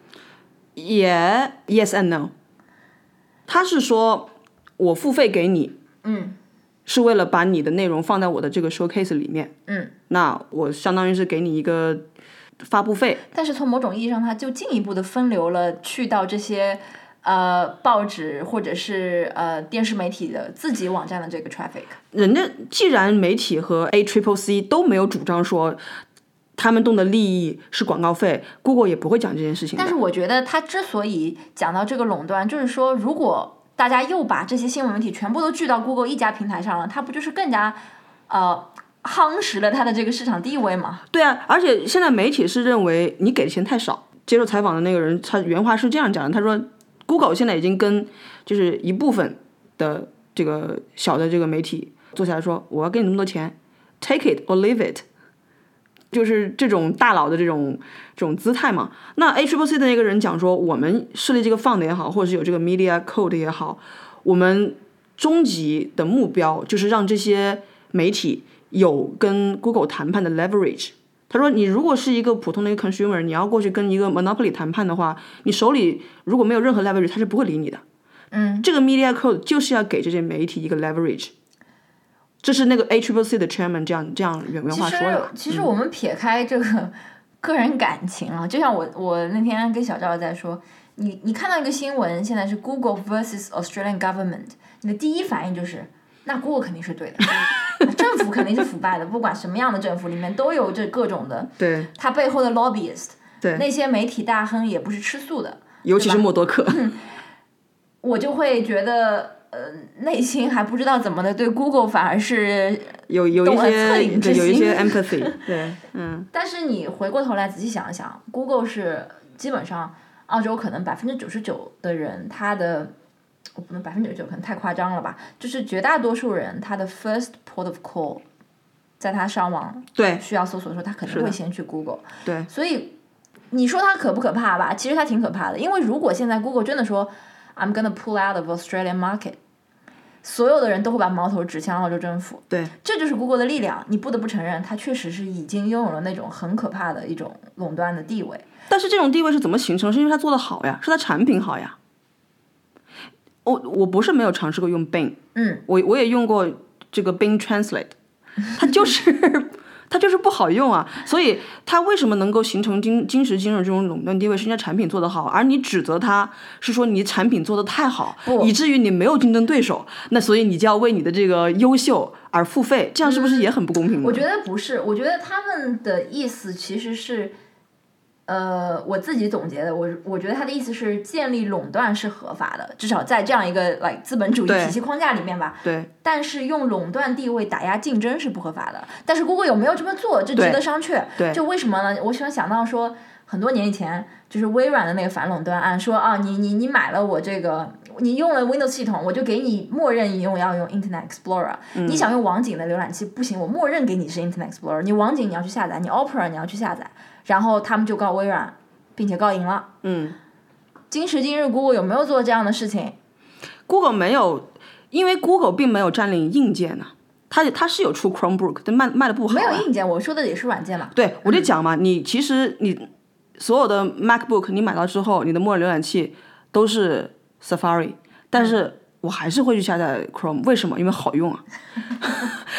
Yeah, yes and no。他是说，我付费给你， 嗯， 是为了把你的内容放在我的这个 showcase 里面， 嗯， 那我相当于是给你一个发布费。 但是从某种意义上，它就进一步的分流了去到这些呃报纸或者是呃电视媒体的自己网站的这个 traffic。 人家既然媒体和 A C C C 都没有主张说。他们动的利益是广告费 ，Google 也不会讲这件事情的。 但是我觉得他之所以讲到这个垄断，就是说，如果大家又把这些新闻媒体全部都聚到 Google 一家平台上了，它不就是更加呃夯实了它的这个市场地位吗？ 对啊，而且现在媒体是认为你给的钱太少。接受采访的那个人，他原话是这样讲的，他说 ，Google 现在已经跟就是一部分的这个小的这个媒体坐下来说，我要给你那么多钱 ，take it or leave it。就是这种大佬的这种这种姿态嘛。那 A C C C 的那个人讲说，我们设立这个 fund 也好，或者是有这个 media code 也好，我们终极的目标就是让这些媒体有跟 Google 谈判的 leverage。他说，你如果是一个普通的一个 consumer， 你要过去跟一个 monopoly 谈判的话，你手里如果没有任何 leverage， 他是不会理你的。 嗯， 这个 media code 就是要给这些媒体一个 leverage。这是那个 A C C C 的 chairman 这样这样原原话说的。 其实，其实我们撇开这个个人感情啊，嗯、就像我我那天跟小赵在说，你你看到一个新闻，现在是 Google versus Australian government， 你的第一反应就是，那 Google 肯定是对的，政府肯定是腐败的，不管什么样的政府里面都有这各种的， 对， 它背后的 lobbyist， 对， 那些媒体大亨也不是吃素的， 尤其是默多克， 我就会觉得。呃，内心还不知道怎么的，对 Google 反而是有有一些对有一些 empathy， 对，嗯。 但是你回过头来仔细想一想 ，Google 是基本上澳洲可能百分之九十九的人，他的我不能百分之九十九可能太夸张了吧，就是绝大多数人他的 first port of call， 在他上网对需要搜索的时候，他肯定会先去 Google。 对。 所以你说它可不可怕吧？其实它挺可怕的，因为如果现在 Google 真的说 I'm gonna pull out of Australian market。所有的人都会把矛头指向澳洲政府， 对， 这就是 Google 的力量。你不得不承认，它确实是已经拥有了那种很可怕的一种垄断的地位。 但是这种地位是怎么形成？是因为它做得好呀，是它产品好呀。我我不是没有尝试过用 Bing， 嗯， 我我也用过这个 Bing Translate， 它就是它就是不好用啊。所以它为什么能够形成今今时今日这种垄断地位，是因为产品做得好，而你指责它是说你产品做得太好，以至于你没有竞争对手，那所以你就要为你的这个优秀而付费，这样是不是也很不公平呢？ 我觉得不是，我觉得他们的意思其实是。呃，我自己总结的，我我觉得他的意思是建立垄断是合法的，至少在这样一个 like 资本主义体系框架里面吧。 对。 但是用垄断地位打压竞争是不合法的。但是 Google 有没有这么做，这值得商榷。 对。 就为什么呢？我喜欢想到说，很多年以前就是微软的那个反垄断案，说啊，你你你买了我这个，你用了 Windows 系统，我就给你默认你用要用 Internet Explorer、嗯。你想用网景的浏览器不行，我默认给你是 Internet Explorer。你网景你要去下载，你 Opera 你要去下载。然后他们就告微软，并且告赢了。 嗯， 今时今日 ，Google 有没有做这样的事情 ？Google 没有，因为 Google 并没有占领硬件呢、啊。它它是有出 Chromebook， 但卖卖的不好、啊。 没有硬件，我说的也是软件嘛。 对，我就讲嘛，嗯、你其实你所有的 MacBook 你买到之后，你的默认浏览器都是 Safari， 但是我还是会去下载 Chrome， 为什么？因为好用啊。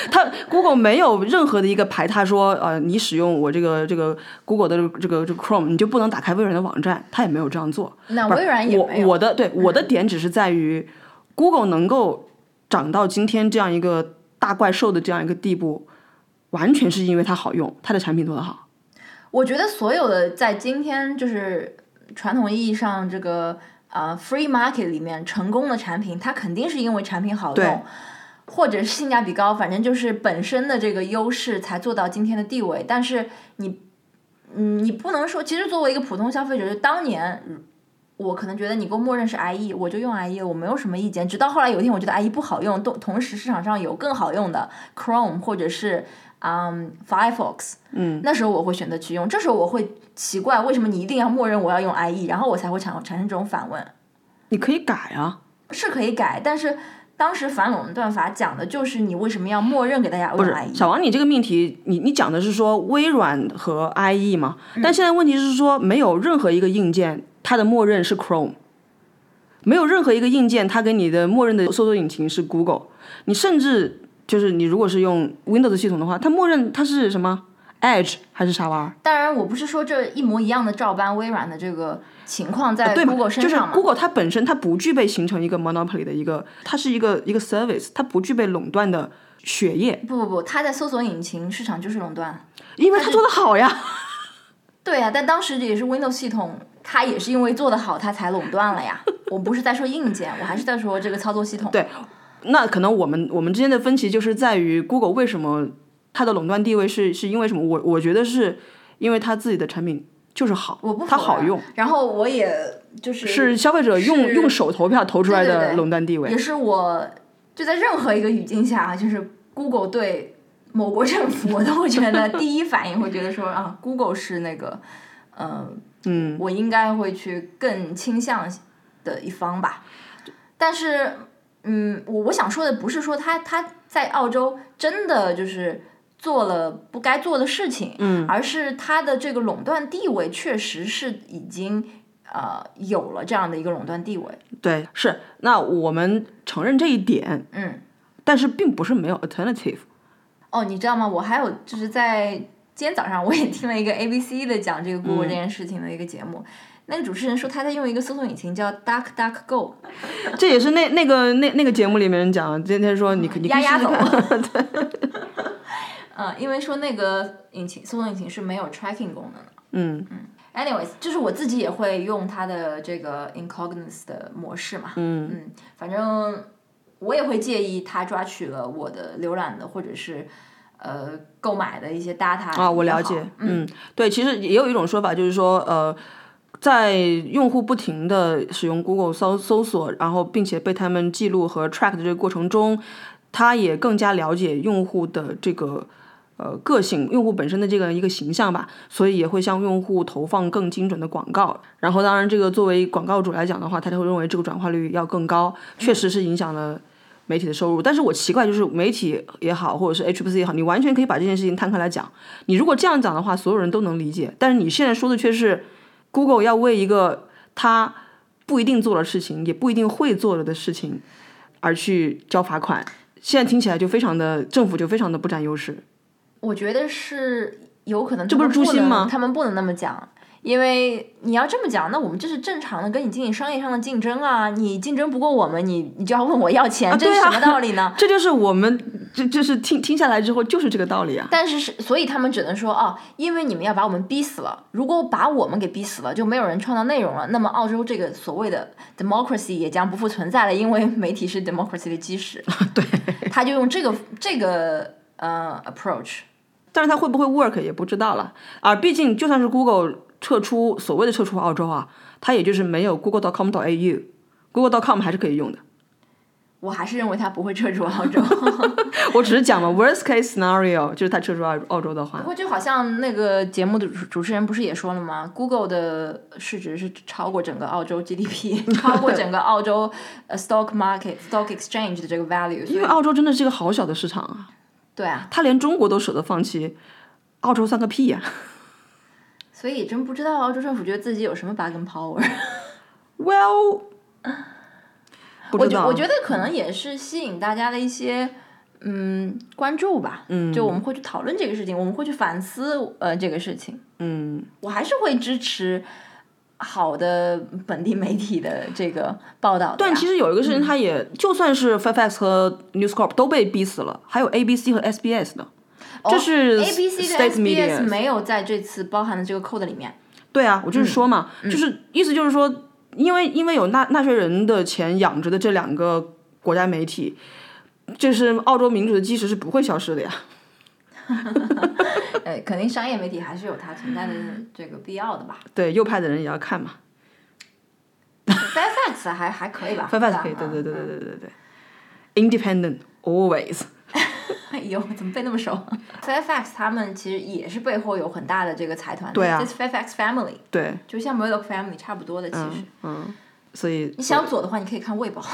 它 Google 没有任何的一个排他说，呃，你使用我这个这个 Google 的这个这个 Chrome， 你就不能打开微软的网站，它也没有这样做。 那微软也没有。 我我的对我的点只是在于、嗯、Google 能够长到今天这样一个大怪兽的这样一个地步，完全是因为它好用，它的产品做得好。 我觉得所有的在今天就是传统意义上这个呃 free market 里面成功的产品，它肯定是因为产品好用，或者是性价比高，反正就是本身的这个优势才做到今天的地位。但是你，嗯，你不能说，其实作为一个普通消费者，就当年我可能觉得你给我默认是 I E， 我就用 I E， 我没有什么意见。直到后来有一天，我觉得 I E 不好用，同同时市场上有更好用的 Chrome 或者是嗯 Firefox， 嗯， 那时候我会选择去用。这时候我会奇怪，为什么你一定要默认我要用 I E， 然后我才会产产生这种反问。 你可以改啊， 是可以改，但是当时反垄断法讲的就是你为什么要默认给大家用 I E。 不是小王，你这个命题，你你讲的是说微软和 I E 嘛、嗯？但现在问题是说，没有任何一个硬件它的默认是 Chrome， 没有任何一个硬件它给你的默认的搜索引擎是 Google。你甚至就是你如果是用 Windows 系统的话，它默认它是什么 Edge 还是啥玩意儿？ 当然，我不是说这一模一样的照搬微软的这个情况在 Google 身上嘛、 啊、就是 Google 它本身它不具备形成一个 monopoly 的一个，它是一个一个 service， 它不具备垄断的血液。 不不不，它在搜索引擎市场就是垄断， 因为它做得好呀。 对呀、啊，但当时也是 Windows 系统，它也是因为做得好，它才垄断了呀。我不是在说硬件，我还是在说这个操作系统。 对，那可能我们我们之间的分歧就是在于 Google 为什么它的垄断地位是是因为什么？我我觉得是因为它自己的产品就是好， 我不它好用。 然后我也就是是消费者用用手投票投出来的垄断地位。 对对对，也是我就在任何一个语境下，就是 Google 对某国政府，我都会觉得第一反应会觉得说啊 ，Google 是那个，呃、嗯，我应该会去更倾向的一方吧。但是，嗯，我我想说的不是说他他在澳洲真的就是做了不该做的事情， 嗯， 而是他的这个垄断地位确实是已经呃有了这样的一个垄断地位。 对，是。那我们承认这一点， 嗯， 但是并不是没有 alternative。 哦，你知道吗？我还有就是在今天早上我也听了一个 A B C 的讲这个 Google 这件事情的一个节目，嗯、那个主持人说他在用一个搜索引擎叫 DuckDuckGo， 这也是那那个那那个节目里面人讲，今天说你、嗯、你压压走， 对， 嗯，因为说那个引擎搜索引擎是没有 tracking 功能的， 嗯嗯 ，anyways， 就是我自己也会用它的这个 incognito 的模式嘛， 嗯嗯，反正我也会介意它抓取了我的浏览的或者是。呃，购买的一些 data 啊，我了解，嗯，嗯对，其实也有一种说法，就是说，呃，在用户不停的使用 Google 搜搜索，然后并且被他们记录和 track 的这个过程中，他也更加了解用户的这个呃个性，用户本身的这个一个形象吧，所以也会向用户投放更精准的广告。然后，当然，这个作为广告主来讲的话，他就会认为这个转化率要更高，确实是影响了媒体的收入。但是我奇怪，就是媒体也好，或者是 H B C 也好，你完全可以把这件事情摊开来讲。你如果这样讲的话，所有人都能理解。但是你现在说的却是 Google 要为一个他不一定做的事情，也不一定会做了的事情而去交罚款。现在听起来就非常的，政府就非常的不占优势。 我觉得是有可能， 这不是诛心吗？ 他们不能那么讲。因为你要这么讲，那我们这是正常的跟你进行商业上的竞争啊！你竞争不过我们，你你就要问我要钱， 啊、 这是什么道理呢？ 这就是我们这就是听听下来之后就是这个道理啊！ 但是是，所以他们只能说哦，因为你们要把我们逼死了，如果把我们给逼死了，就没有人创造内容了，那么澳洲这个所谓的 democracy 也将不复存在了，因为媒体是 democracy 的基石。 对， 他就用这个这个呃 approach， 但是他会不会 work 也不知道了啊！毕竟就算是 Google。撤出所谓的撤出澳洲啊，它也就是没有 google dot com dot a u，google dot com 还是可以用的。 我还是认为它不会撤出澳洲。 我只是讲嘛 ，worst case scenario 就是它撤出澳澳洲的话。 不过就好像那个节目的主持人不是也说了吗 ？Google 的市值是超过整个澳洲 G D P， 超过整个澳洲 stock market stock exchange 的这个 value。 因为澳洲真的是一个好小的市场啊。 对啊。 他连中国都舍得放弃，澳洲算个屁呀、啊！ 所以真不知道澳洲政府觉得自己有什么 bargain power。 Well， 不知道。 我觉我觉得可能也是吸引大家的一些嗯关注吧， 嗯， 就我们会去讨论这个事情，我们会去反思呃这个事情。 嗯， 我还是会支持好的本地媒体的这个报道的呀。 但其实有一个事情，它也、嗯、就算是 Fairfax 和 News Corp 都被逼死了，还有 A B C 和 S B S 的， 哦、 这是 A B C 跟 State S B S Media 没有在这次包含的这个 code 里面。 对啊，我就是说嘛， 嗯、 就是意思就是说，因为因为有纳纳税人的钱养着的这两个国家媒体，这是澳洲民主的基石是不会消失的呀。 呃，肯定商业媒体还是有它存在的这个必要的吧。 对，右派的人也要看嘛。 Fairfax 还还可以吧 ？Fairfax 可以，对对对对对对对。Independent always。 哎呦，怎么背那么熟 ？Fairfax 他们其实也是背后有很大的这个财团的， 对啊 ，This Fairfax Family， 对， 就像 Murdoch Family 差不多的，其实。 嗯，嗯所以你想左的话，你可以看《卫报》。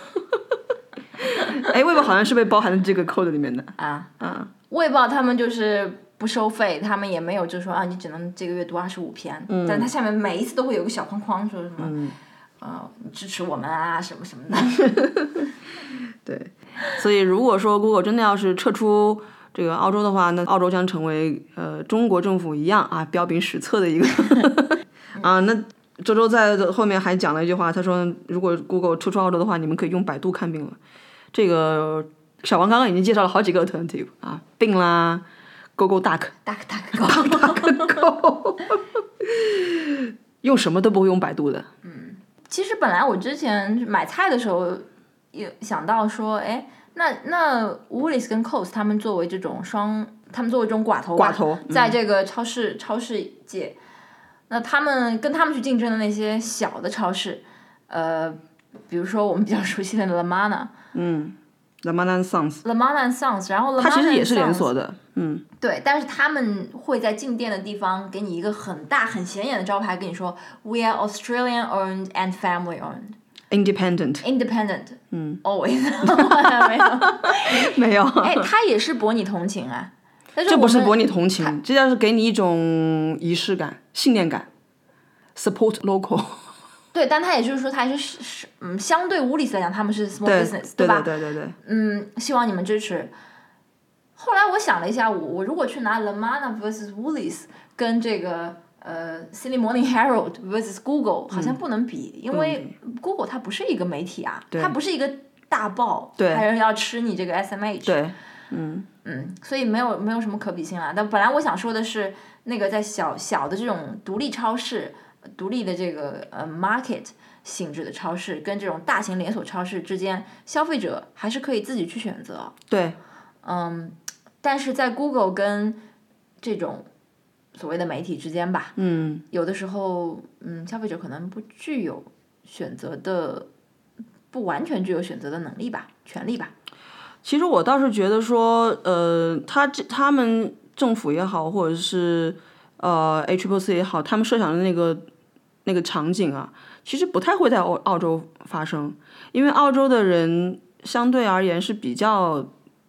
哎，卫报好像是被包含在这个 code 里面的。 啊， 嗯， 卫报他们就是不收费，他们也没有就说啊，你只能这个月读二十五篇，嗯、但它下面每一次都会有个小框框，说什么，嗯、呃，支持我们啊，什么什么的。 对，所以如果说 Google 真的要是撤出这个澳洲的话，那澳洲将成为呃中国政府一样啊彪炳史册的一个啊。那周周在后面还讲了一句话，他说如果 Google 撤出澳洲的话，你们可以用百度看病了。这个小王刚刚已经介绍了好几个 alternative 啊，病啦 ，Go Go Duck，Duck Duck Duck Go， 用什么都不会用百度的。 嗯，其实本来我之前买菜的时候也想到说，哎，那那 Woolies 跟 Coles 他们作为这种双，他们作为这种寡头吧， 寡头、 嗯、在这个超市超市界，那他们跟他们去竞争的那些小的超市，呃，比如说我们比较熟悉的 Lamana， 嗯 ，Lamana and Sons，Lamana and Sons， 然后 Lamana and Sons， 它其实也是连锁的，嗯， 对，但是他们会在进店的地方给你一个很大很显眼的招牌，跟你说 We are Australian owned and family owned。Independent Independent， 嗯 ，always 没有没有， 哎，他也是博你同情啊，但是这不是博你同情，这叫是给你一种仪式感、信念感 ，support local。 对，但他也就是说，他也是是嗯，相对Woolies来讲，他们是 small business， 对吧？ 对对对对。 嗯，希望你们支持。后来我想了一下，我我如果去拿 Lamana versus Woolies 跟这个呃 Sydney Morning Herald versus Google 好像不能比， 嗯、 因为 Google 它不是一个媒体啊，它不是一个大报， 对， 还是要吃你这个 S M H。 对，嗯嗯，所以没有没有什么可比性啦。但本来我想说的是，那个在小小的这种独立超市。独立的这个呃 market 性质的超市跟这种大型连锁超市之间，消费者还是可以自己去选择。 对， 嗯，但是在 Google 跟这种所谓的媒体之间吧， 嗯， 有的时候嗯，消费者可能不具有选择的，不完全具有选择的能力吧，权利吧。 其实我倒是觉得说，呃，他这他们政府也好，或者是呃 A C C C 也好，他们设想的那个。那个场景啊，其实不太会在澳澳洲发生，因为澳洲的人相对而言是比较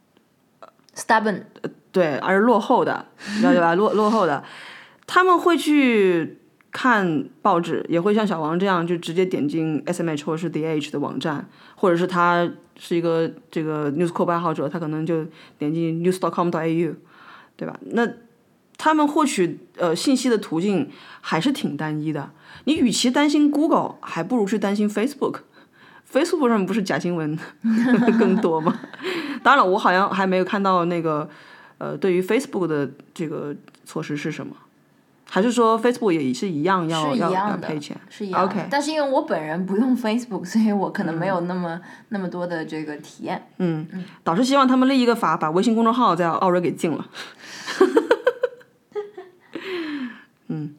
stubborn， 呃、对，而落后的，了解吧？落落后的，他们会去看报纸，也会像小王这样，就直接点进 S M H 或者是 The Age 的网站，或者是他是一个这个 News Corp 爱好者，他可能就点进 news dot com dot a u， 对吧？那他们获取呃信息的途径还是挺单一的。你与其担心 Google， 还不如去担心 Facebook。Facebook 上不是假新闻更多吗？当然了，我好像还没有看到那个呃，对于 Facebook 的这个措施是什么？还是说 Facebook 也是一样要是一样要的要赔钱？ 是一样的。 Okay. 但是因为我本人不用 Facebook， 所以我可能没有那么、嗯、那么多的这个体验。 嗯，嗯导师希望他们立一个法，把微信公众号在澳洲给禁了。嗯。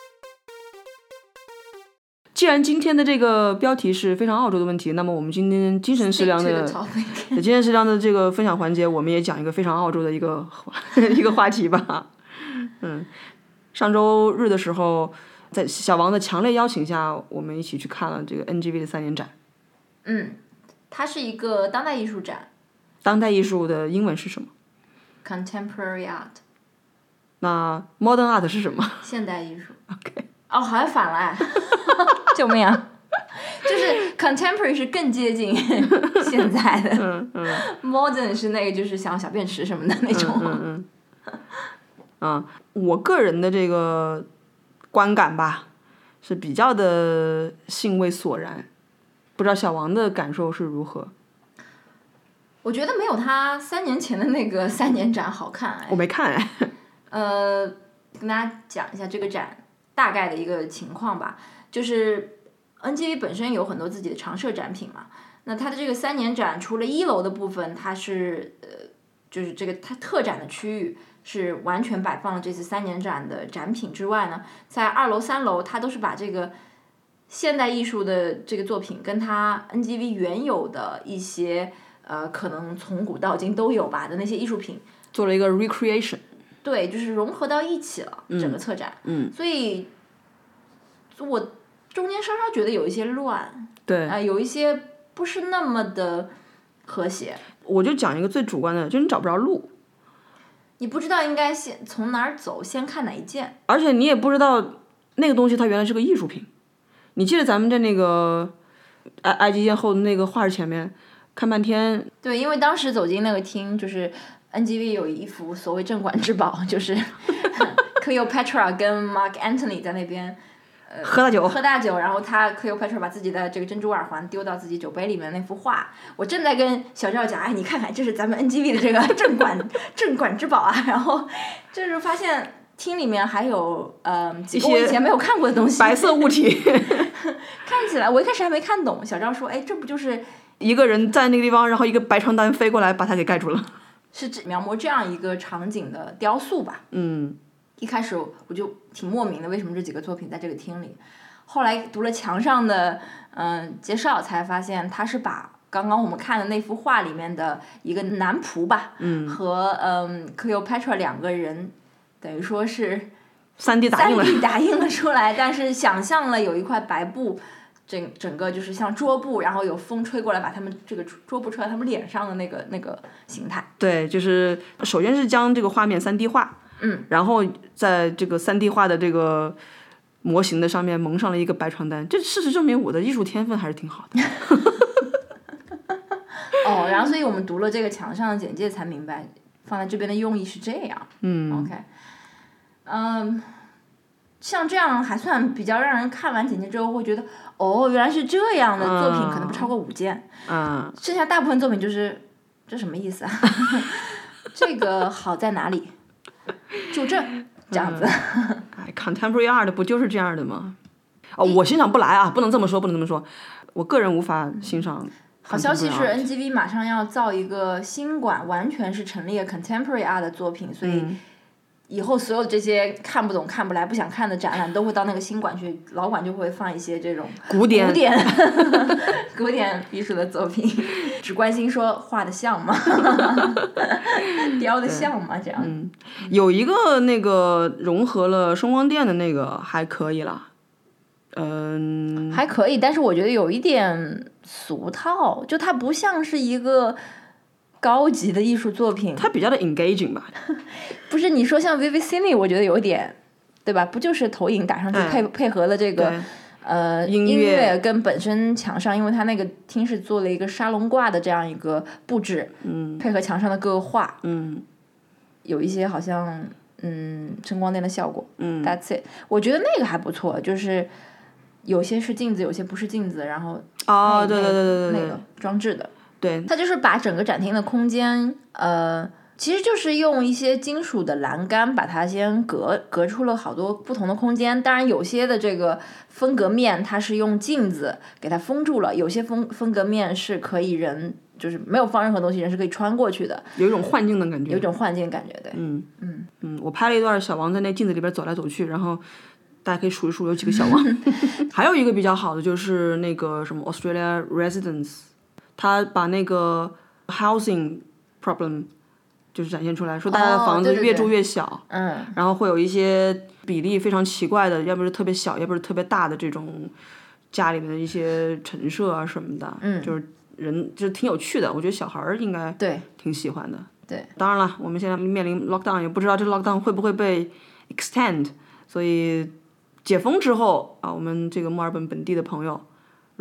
既然今天的这个标题是非常澳洲的问题，那么我们今天精神食粮的精神食粮的这个分享环节，我们也讲一个非常澳洲的一个一个话题吧。嗯，上周日的时候，在小王的强烈邀请下，我们一起去看了这个 N G V 的三年展。 嗯，它是一个当代艺术展。 当代艺术的英文是什么 ？Contemporary art。 那 Modern art 是什么？ 现代艺术。 OK。 哦，好像反了哎。救命啊！ 就是 contemporary 是更接近现在的， 嗯嗯 modern 是那个就是像小便池什么的那种。 嗯嗯嗯。啊，我个人的这个观感吧，是比较的兴味索然，不知道小王的感受是如何？ 我觉得没有他三年前的那个三年展好看哎。 我没看哎。 呃，跟大家讲一下这个展大概的一个情况吧，就是 N G V 本身有很多自己的常设展品嘛，那它的这个三年展除了一楼的部分，它是呃，就是这个它特展的区域是完全摆放了这次三年展的展品之外呢，在二楼、三楼它都是把这个现代艺术的这个作品跟它 N G V 原有的一些呃，可能从古到今都有吧的那些艺术品做了一个 recreation。 对，就是融合到一起了， 嗯、 整个策展。 嗯。 所以，我中间稍稍觉得有一些乱。 对。 啊、呃，有一些不是那么的和谐。 我就讲一个最主观的，就是你找不着路。 你不知道应该先从哪儿走，先看哪一件。 而且你也不知道那个东西它原来是个艺术品。你记得咱们在那个埃埃及艳后的那个画前面看半天。 对，因为当时走进那个厅，就是 N G V 有一幅所谓镇馆之宝，就是Cleopatra 跟 Mark Antony 在那边。呃， 喝大酒， 喝大酒，然后他 Cleopatra 把自己的这个珍珠耳环丢到自己酒杯里面的那幅画，我正在跟小赵讲，哎，你看看，这是咱们 N G V 的这个镇馆镇馆之宝啊，然后就是发现厅里面还有呃几个我以前没有看过的东西， 白色物体， 看起来我一开始还没看懂，小赵说，哎，这不就是一个人在那个地方，然后一个白床单飞过来把他给盖住了， 是描摹这样一个场景的雕塑吧？ 嗯。 一开始我就挺莫名的，为什么这几个作品在这个厅里？后来读了墙上的嗯、呃、介绍，才发现他是把刚刚我们看的那幅画里面的一个男仆吧， 嗯， 和嗯 Cleopatra 两个人，等于说是三 D 打印了， 三 D 打印了出来，但是想象了有一块白布，整整个就是像桌布，然后有风吹过来，把他们这个桌布吹到他们脸上的那个那个形态。 对，就是首先是将这个画面三 D 化。 嗯， 然后在这个三 D 化的这个模型的上面蒙上了一个白床单，这事实证明我的艺术天分还是挺好的。 哦，然后所以我们读了这个墙上的简介才明白，放在这边的用意是这样。 嗯 ，OK， 嗯，像这样还算比较让人看完简介之后会觉得，哦，原来是这样的作品，可能不超过五件。 嗯。 剩下大部分作品就是这什么意思啊？这个好在哪里？就这这样子。 嗯、哎 ，contemporary art 不就是这样的吗？哦，我欣赏不来啊，不能这么说，不能这么说。我个人无法欣赏。 好消息是 N G V 马上要造一个新馆，完全是陈列 contemporary art 的作品，所以以后所有这些看不懂、看不来、不想看的展览都会到那个新馆去，老馆就会放一些这种古典古典古典艺术的作品，只关心说画的像吗？雕的像吗？这样。 嗯，有一个那个融合了声光电的那个还可以啦。嗯， 还可以，但是我觉得有一点俗套，就它不像是一个高级的艺术作品。 它比较的 engaging 吧。 不是你说像 Vivicini 我觉得有点，对吧？不就是投影打上去配、嗯、配合了这个呃音乐, 音乐跟本身墙上，因为它那个厅是做了一个沙龙挂的这样一个布置， 嗯， 配合墙上的各个画， 嗯， 有一些好像嗯声光电的效果， 嗯 ，That's it， 我觉得那个还不错，就是有些是镜子，有些不是镜子，然后哦，对对对对对， 那个装置的， 对， 它就是把整个展厅的空间，呃。其实就是用一些金属的栏杆把它先隔隔出了好多不同的空间，当然有些的这个分隔面它是用镜子给它封住了，有些分分隔面是可以人就是没有放任何东西，人是可以穿过去的， 有一种幻境的感觉， 有一种幻境的感觉，对， 嗯嗯嗯，我拍了一段小王在那镜子里边走来走去，然后大家可以数一数有几个小王。还有一个比较好的就是那个什么 Australia Residence， 他把那个 housing problem就是展现出来，说大家的房子越住越小， 哦、对对对嗯， 然后会有一些比例非常奇怪的，要不是特别小，要不是特别大的这种家里面的一些陈设啊什么的， 嗯， 就是人就是挺有趣的，我觉得小孩儿应该对挺喜欢的。 对， 当然了，我们现在面临 lockdown， 也不知道这 lockdown 会不会被 extend， 所以解封之后啊，我们这个墨尔本本地的朋友，